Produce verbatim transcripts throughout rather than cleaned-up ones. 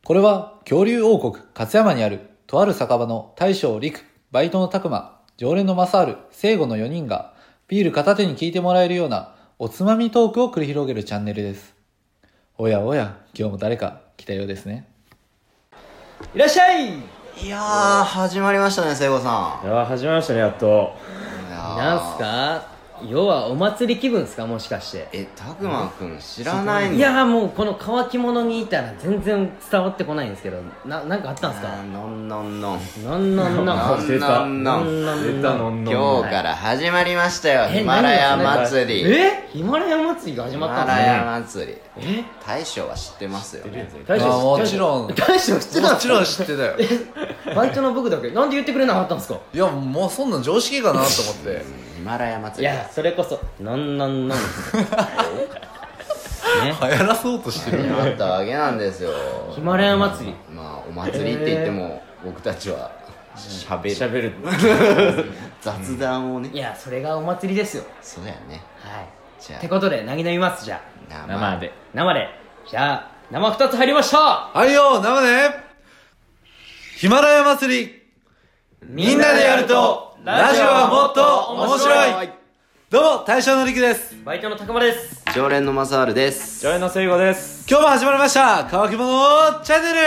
これは恐竜王国勝山にあるとある酒場の大将陸、バイトの拓磨、常連の正治、聖護のよにんがビール片手に聞いてもらえるようなおつまみトークを繰り広げるチャンネルです。おやおや、今日も誰か来たようですね。 いらっしゃい。 いやー始まりましたね、聖子さん。 いやー始まりましたね、やっと。 いやーなんすか、要はお祭り気分ですか、もしかして。 え、たくまくん知らないの？ いやーもうこの乾き物にいたら全然伝わってこないんですけど、な、なんかあったんすか？ のんのんのんなんなんなんのんのんのんなん出たのんのん今日から始まりましたよ、 えヒマラヤ祭り。 えヒマラヤ祭りが始まヒったんですね。 マラヤ祭り。 え大将は知ってますよね。 大将あもちろん大将知ってたもちろん知ってたよ。 バイトの僕だけなんで言ってくれなかったんですか？ いやもうそんなん常識かなと思ってヒマラヤい祭り。 やそれこそなんなんなんね流行らそうとしてる。 あったわけなんですよ。 ヒマラヤ祭り。 まあお祭りって言っても僕たちはしゃべるしゃべる。 雑談をね。 いやそれがお祭りですよ。 そうやね。 はいじゃあってことでなぎ飲みます。じゃあ生で。 生で。じゃあ生ふたつ入りました。 はいよ生でヒマラヤ祭り、みんなでやるとラジオはもっと面白い。どうも大将のりくです。 バイトの高間です。 常連の正治です。 ジョイの聖子です。 今日も始まりました乾き物チャンネル。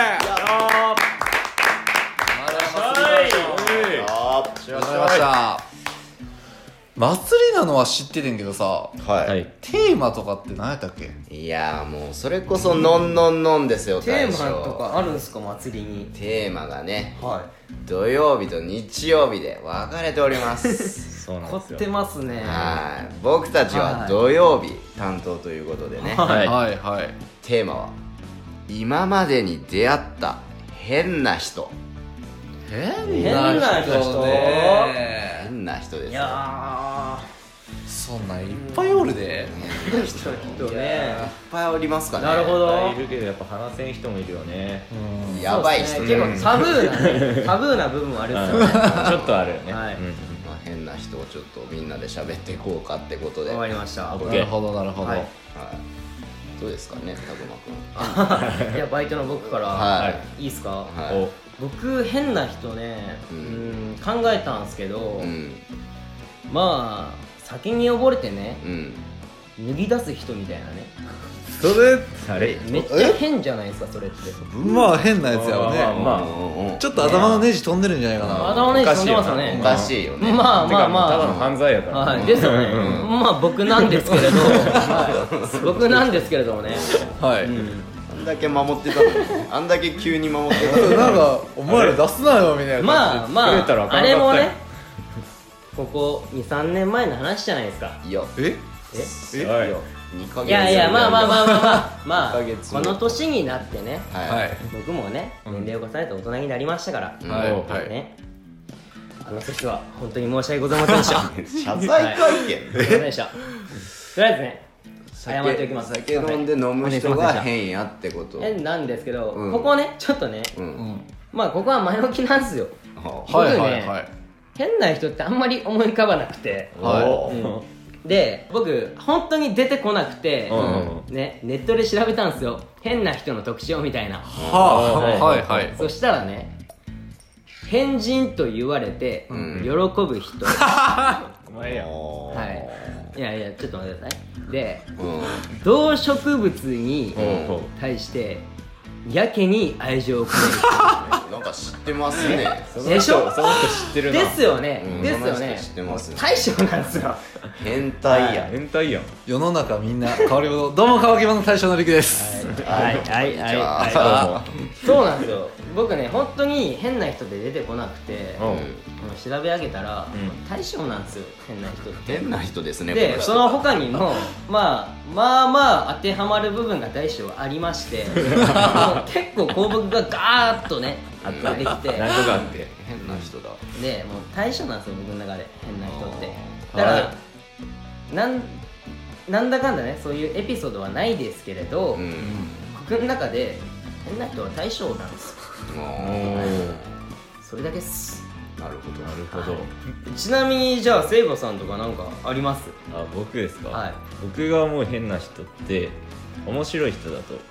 あ始まりました。祭りなのは知っててんけどさ、 はい、 はい。 テーマとかって何やったっけ？ いやーもうそれこそのんのんのんですよ。 テー大将マとかあるんすか、祭りに？ テーマがね、 は土曜日と日曜日で分かれておりますそうなんですよ。 凝ってますね。 はい僕たちは土曜日担当ということでね、 はいはいはい。 テーマは今までに出会った変な人。 変な人ね。 変な人ですよ。 いやそんなんいっぱいおるで。 変な人ー人いね。 っぱいおりますかね。 なるほど。 いるけどやっぱ話せん人もいるよね。 うん。 やばい人ね。 そうっすね結構タブーなねタブーな部分もあるっすよね。 ちょっとあるよね。 はいうんまあ、変な人をちょっとみんなで喋っていこうかってことで、はい、 わかりました。 オッなるほどなるほど。 はいどうですかね、たくまくん。 いやバイトの僕から、 はいいいっすか？ はいお僕変な人ね、 ううんん考えたんすけど、 うんまあ先に溺れてねうん脱ぎ出す人みたいなね。 それあれめっちゃ変じゃないですかそれって。 まあ変なやつやろまあね。 まあうんうんちょっと頭のネジ飛んでるんじゃないかな。 頭のネジ飛んでますよね。 おかしいよね。 まあてかもうまあまあただの犯罪やから。 はい、ですよね、まあ僕なんですけれど、はい、僕なんですけれどもね、 はい。 あんだけ守ってたのに、あんだけ急に守ってたのに。 なんかお前ら出すなよみたいな感まあま触れたらああかんかったよあれもねここにさんねんまえの話じゃないですか。 いや、 じで。 ええ？ はいにかげついやいやまあまあまあまあまあまあにかげつこの年になってね、 は。 はいい。 僕もねうん年齢を重ねて大人になりましたから、 うんはいおはい。 ねあの時は本当に申し訳ございませんでした謝罪会見。 すいませんでした。とりあえずね謝っておきます。 酒飲んで飲む人が変やってこと。 変なんですけど、 うんここねちょっとね、 う。 うんん。 まあここは前置きなんですよ。 ははい僕ねはいはい。 変な人ってあんまり思い浮かばなくて、 はいおで僕本当に出てこなくて、 うんね、ネットで調べたんですよ、変な人の特徴みたいな。 はあはいはい。 そしたらね、変人と言われてうん喜ぶ人、 お前やん。 はい、いやいやちょっと待ってください。でうん。 動植物におう対してやけに愛情をくなんか知ってますね。 その人でしょその人知ってるな。 れるですよね、 うんですよねその人知ってますね。 大将なんですよ。 変態や。 変態やん。 世の中みんな変わり者。どうも乾き物大将のりくです。 はいはいはいはいじゃはあい。そうなんですよ。僕ね本当に変な人で出てこなくて、 うんもう調べ上げたら、 うん大将なんですよ変な人って。 変な人ですね。 でこれその他にもまあまあまあ当てはまる部分が大将はありましてもう結構項目がガーッとねあっ出てきて、 何個かあって。 変な人だ。 でもう大将なんですよ僕の中で変な人って。 あーだから、 はなんなんだかんだねそういうエピソードはないですけれど、 うん。 僕の中で変な人は大将なんですよ。 もそれだけっす。 うなるほど。 なるほど。 ちなみにじゃあ聖子さんとかなんかあります？ あ、僕ですか。 はい。 僕が思う変な人って面白い人だと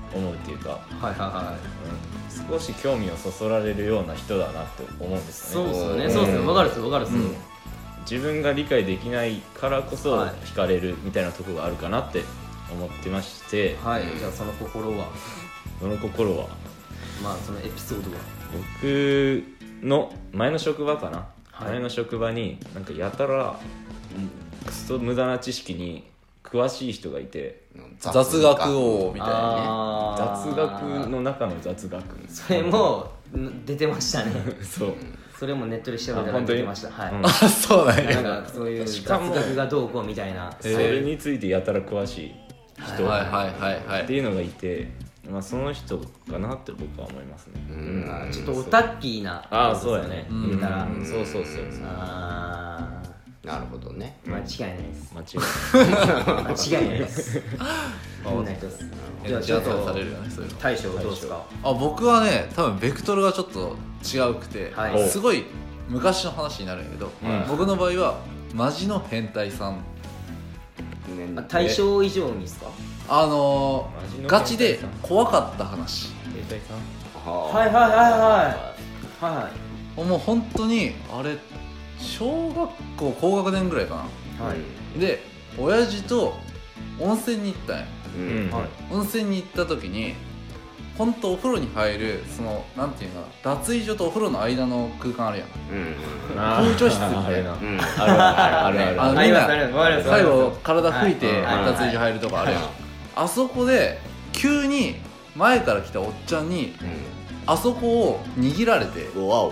思うっていうか、 はいはいはうん、少し興味をそそられるような人だなって思うんですよね。 そうっすよね、 うんそうっすよ、わかるっすわかるっす、 うん自分が理解できないからこそはい惹かれるみたいなところがあるかなって思ってまして、 はい、じゃあその心は、 その心はまあそのエピソードは、 僕の前の職場かな、 はい前の職場になんかやたらクソ無駄な知識に詳しい人がいて、 雑学王みたいなね。 あー雑学の中の雑学それもん出てましたねそうそれもネットで調べたら出てました、はい、 うんあ、そうなんなんや。 かそういう雑しかも学がどうこうみたいな、 それについてやたら詳しい人はいはいはいはい。 っていうのがいて、まあ、その人かなって僕は思いますね。 うんあーちょっとオタッキーなああそうやね、 うん言ったら、 うんそうそうそうそうあなるほどね。 ー間違いないです間違いない間違いないです変な人ですじゃあちょっジャズとされるよね、そういうの。 大将どうですかあ、僕はね、多分ベクトルがちょっと違うくて、 はいすごい昔の話になるんやけど、 うん僕の場合はマジの変態さん。 ねあ大将以上にですかあのマジの変態さんー、ガチで怖かった話。 兵隊さんははいはいはいはいはいもう本当にあれ小学校高学年ぐらいかな。 はいで親父と温泉に行ったんや。 ううんんはい温泉に行った時に本当お風呂に入るそのなんていうの脱衣所とお風呂の間の空間あるやん。 うんあー空調室みたいなあれなうんあるあるあるあるあのみんなありますあります最後体拭いてはい脱衣所入るとこあるやん。 はいあそこで急に前から来たおっちゃんにあそこを握られて、 うんわお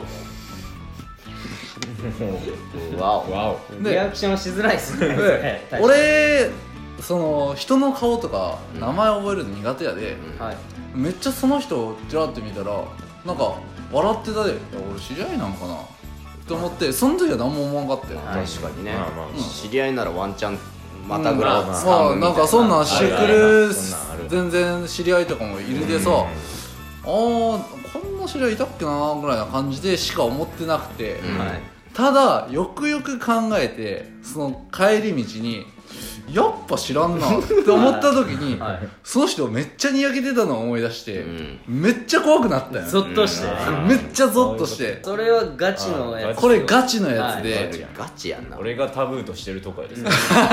わおわおでリアクションしづらいっすねで大将俺その人の顔とかうん名前覚えるの苦手やで、 はいめっちゃその人をちらって見たらなんか笑ってたで、いや俺知り合いなんかなと思ってその時は何も思わんかったよ、 はい確かにねまあまあまあ知り合いならワンチャンまたぐらいうんまあ掴まあむみたないんかそんなんしてくあるあるるそんなんある全然知り合いとかもいるでさ、あーこんな知り合いいたっけなぐらいな感じでしか思ってなくて、 うんはいただよくよく考えてその帰り道にやっぱ知らんなって思った時に、 はいその人めっちゃにやけてたのを思い出して、 うんめっちゃ怖くなったよ、 ゾッとしてうんめっちゃゾッとして、 それはガチのやつこれガチのやつで、 はいガチやんな俺がタブーとしてるとこやですね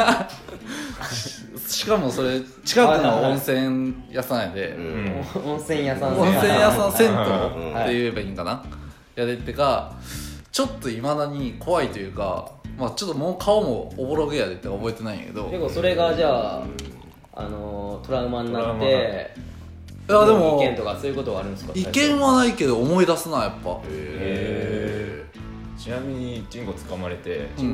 しかもそれ近くの温泉屋さんやで、 ううんん温泉屋さん温泉屋さん銭湯うんって言えばいいんかな、やでってかちょっといまだに怖いというか、まあ、ちょっともう顔もおぼろげやでって覚えてないんやけど、 結構それがじゃああのートラウマになっトラウマになていやでも意見とかそういうことはあるんですか意見はないけど思い出すなやっぱ。 へーちなみにチンコ掴まれてうん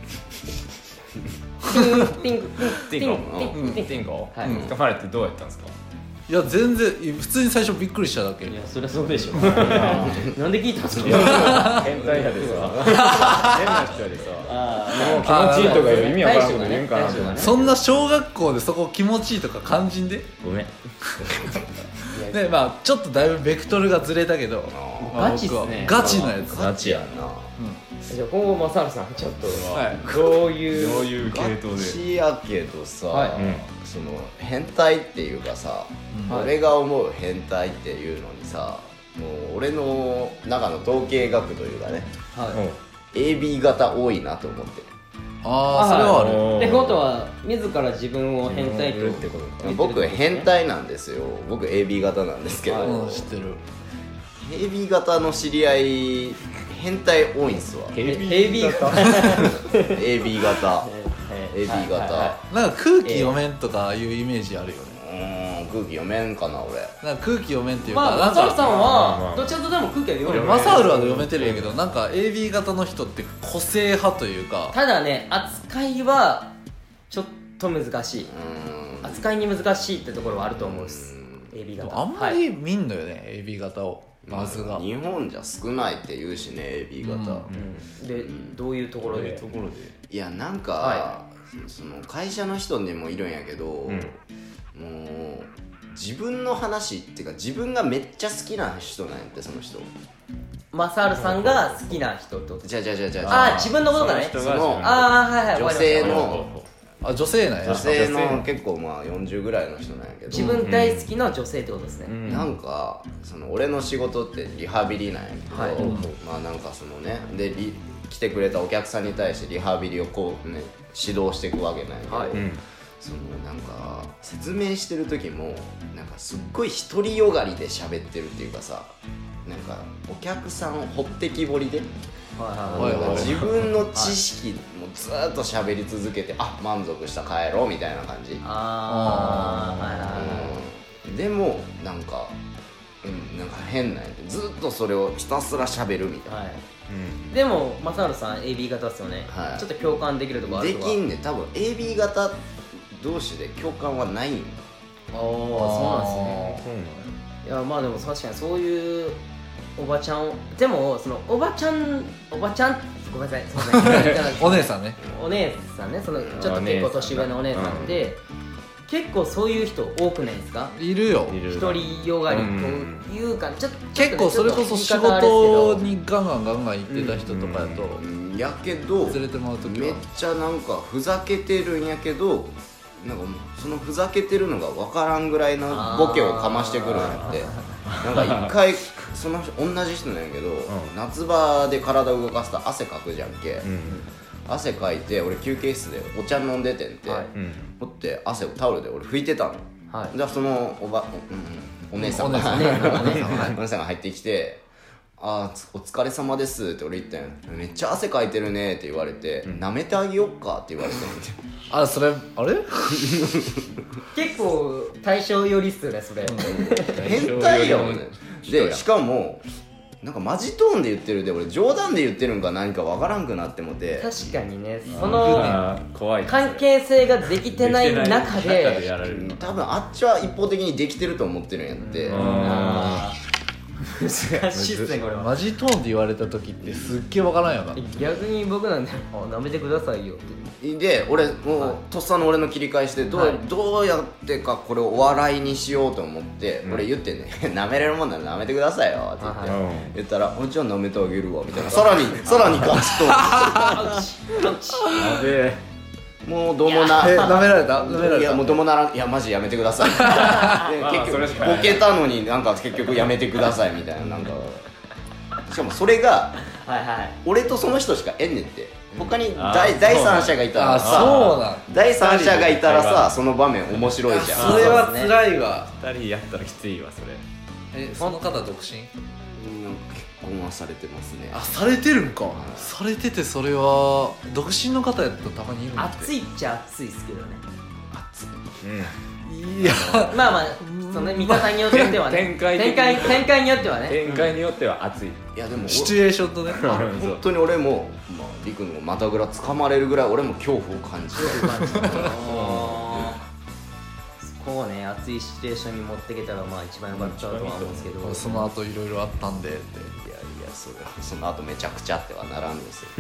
ティンティンティンコティンティンティンティンコはい掴まれてどうやったんですか？ いや全然普通に最初びっくりしただけ。 いやそりゃそうでしょなんで聞いたんですか変態やでさ変な人やでさあ気持ちいいとかいう意味わからんこと言うんかな大将がねそんな小学校でそこ気持ちいいとか肝心でごめんでまあちょっとだいぶベクトルがずれたけど、まあガチっすね僕はガチのやつ。 ガチやなじゃあ今後マサルさんちょっとはいどういうどういう系統ガでチやけどさ、 はいその変態っていうかさ、 うん俺が思う変態っていうのにさもう俺の中の統計学というかねはエービー 型多いなと思ってああそれはある。 いってことは自ら自分を変態とってことか僕変態なんですよ僕 エービー 型なんですけど、 うん知ってる。 エービー 型の知り合い変態多いんすわエービー 型エービー 型エービー 型なんか空気読めんとかいうイメージあるよね。 うーん空気読めんかな俺なんか空気読めんっていうか、 まあなんかマサルさんまあまあはどちらとでも空気は読める俺マサールは読めてるんやけど、なんか エービー 型の人って個性派というか、 ただね扱いはちょっと難しいうーん扱いに難しいってところはあると思うんです エービー 型あんまはいり見んのよね、エービー 型をバズが。 日本じゃ少ないって言うしね エービー 型、 うんでどういうところでところでいやなんか、 はその会社の人にもいるんやけど、 うんもう自分の話っていうか自分がめっちゃ好きな人なんやってその人マサルさんが好きな人ってことじゃあじゃあじゃあじゃあああ自分のことかねその人がそのああはいはい女わかりました性のあ女性なんや。 女性女性の結構まあよんじゅうぐらいの人なんやけど、 自分大好きな女性ってことですね、 うんなんかその俺の仕事ってリハビリなんやけど、 はいまあなんかそのねでリ来てくれたお客さんに対してリハビリをこうね指導していくわけなんやけど、 はいうんそのなんか説明してる時もなんかすっごい独りよがりで喋ってるっていうかさ、なんかお客さんをほってきぼりで、 はいはいはいなんか自分の知識もずーっと喋り続けて、あ満足した帰ろうみたいな感じ、 ああはいはいはいうん、でもなんか、うん、なんか変なんやてずっとそれをひたすら喋るみたいな、 はいうんでも正治さん エービー 型っすよね、 はいちょっと共感できるところあるとかできんね多分 エービー 型同士で共感はないんだ。 ああそうなんですねそうなんやいやまあでも確かにそういうおばちゃんでもそのおばちゃんおばちゃんごめんなさいすいませんお姉さんね。 お姉さんねそのちょっと結構年上のお姉さんって、結構そういう人多くないですかいるよ。 いる独りよがりというか、ちょっとちょっとね結構それこそ仕ちょっと言い方あれですけど事にガンガンガンガン行ってた人とかやとうんやけど連れてもらう時めっはちゃなんかふざけてるんやけど、なんかそのふざけてるのが分からんぐらいのボケをかましてくるんやって。なんか一回その人同じ人なんやけど、夏場で体を動かすと汗かくじゃんけ、 うん汗かいて俺休憩室でお茶飲んでてんて、 はいうんほって汗をタオルで俺拭いてたの。 はいじゃあそのおば、うん、お姉さんがお姉さんお姉さんお姉さんお姉さんが入ってきて「あーお疲れ様です」って俺言ったんや。めっちゃ汗かいてるねって言われて「舐めてあげよっか」って言われてんてあそれあれ結構対象寄りっすよねそれ、 変態やもんね。でしかもなんかマジトーンで言ってるで俺冗談で言ってるんか何かわからんくなってもて、 確かにねそのあー怖い関係性ができてない中中ででやられるの多分あっちは一方的にできてると思ってるんやって、 あー難しいっすねこれはマジトーンで言われた時ってすっげえわからんよな。 逆に僕なんで「あ舐めてくださいよ」ってで俺もうとっさの俺の切り返しでどう,、 はいどうやってかこれをお笑いにしようと思って、俺言ってんね「舐めれるもんなら舐めてくださいよ」って言って、 はいはい言ったら「おじゃあ舐めてあげるわ」みたいなさらにさらにガチアウチアウチやべえともうどうもなえ舐められた舐められたいやもうどうもならんいやマジやめてくださいであ結それしかない局ボケたのになんか結局やめてくださいみたいななんかしかもそれがはいはい俺とその人しかえんねんって他にあ第ー第三者がいたらあさそうなん第三者がいたら二人で会話さその場面面白いじゃんそれは辛いわ。 二人やったらきついわそれえその方独身？ うん結婚はされてますねあされてるんか。されててそれは独身の方やったらたまにいるん熱いっちゃ熱いっすけどねうんいやまあまあそのね見方によってはね展開的に展開展開によってはね展開によっては熱いいやでもシチュエーションとね。 あ本当に俺もまありくんのまたぐらつかまれるぐらい俺も恐怖を感じてあーそこをね熱いシチュエーションに持っていけたらまあ一番良かったとは思うんですけどその後いろいろあったんでって。 いやいやそれはその後めちゃくちゃってはならんですよ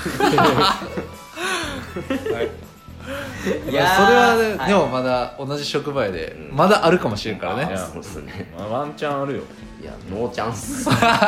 いやーそれはね、 はいでもまだ同じ職場やで、 うんまだあるかもしれんからね。 いやそうですねまあワンチャンあるよいやノーチャンス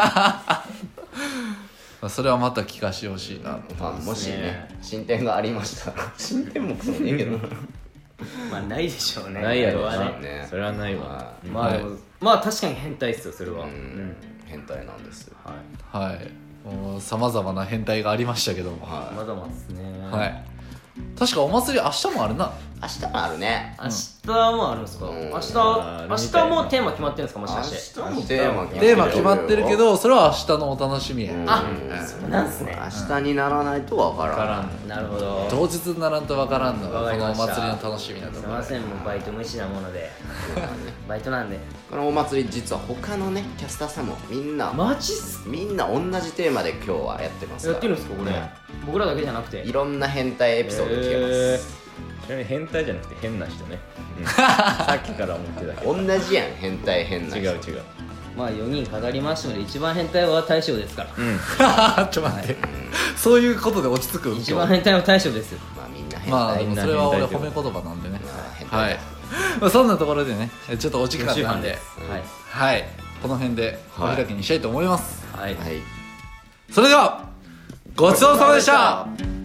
まあそれはまた聞かしてほしいな。 まあもしね進展がありましたら進展もクソもねえけどまあないでしょうねないやろこれはねねそれはないわはうんまあでもまあ確かに変態っすよそれはううんん変態なんですはいはい。もうさまざまな変態がありましたけども。 はまだまだっすねはい。確かお祭り明日もあるな。 い明日もあるね明日もあるんですかうん明日あー明日もテーマ決まってるんですかもしかして明日もテーマテーマ決まってるけど、それは明日のお楽しみや。 うんあうんそうなんすね明日にならないとわからからんんなるほど当日にならんとわからんのがこのおわかりました祭りの楽しみなところすいませんもうバイト無視なものでバイトなんでこのお祭り実は他のねキャスターさんもみんなマジっすみんな同じテーマで今日はやってますからやってるんですかこれ僕らだけじゃなくていろんな変態エピソード聞けます、 えーちなみに変態じゃなくて変な人ね、うんさっきから思ってたけど同じやん変態変な人違う違うまあよにんかかりましたので一番変態は大将ですからうんちょっと待って、そういうことで落ち着く一番変態は大将ですよまあみんな変態、 まあでもそれは俺みんな褒め言葉なんでね。 まあ変態はい。まあそんなところでね、ちょっとお時間なんで、 はいはい。この辺でお開きにしたいと思います。 はいはいそれでは、ごちそうさまでした。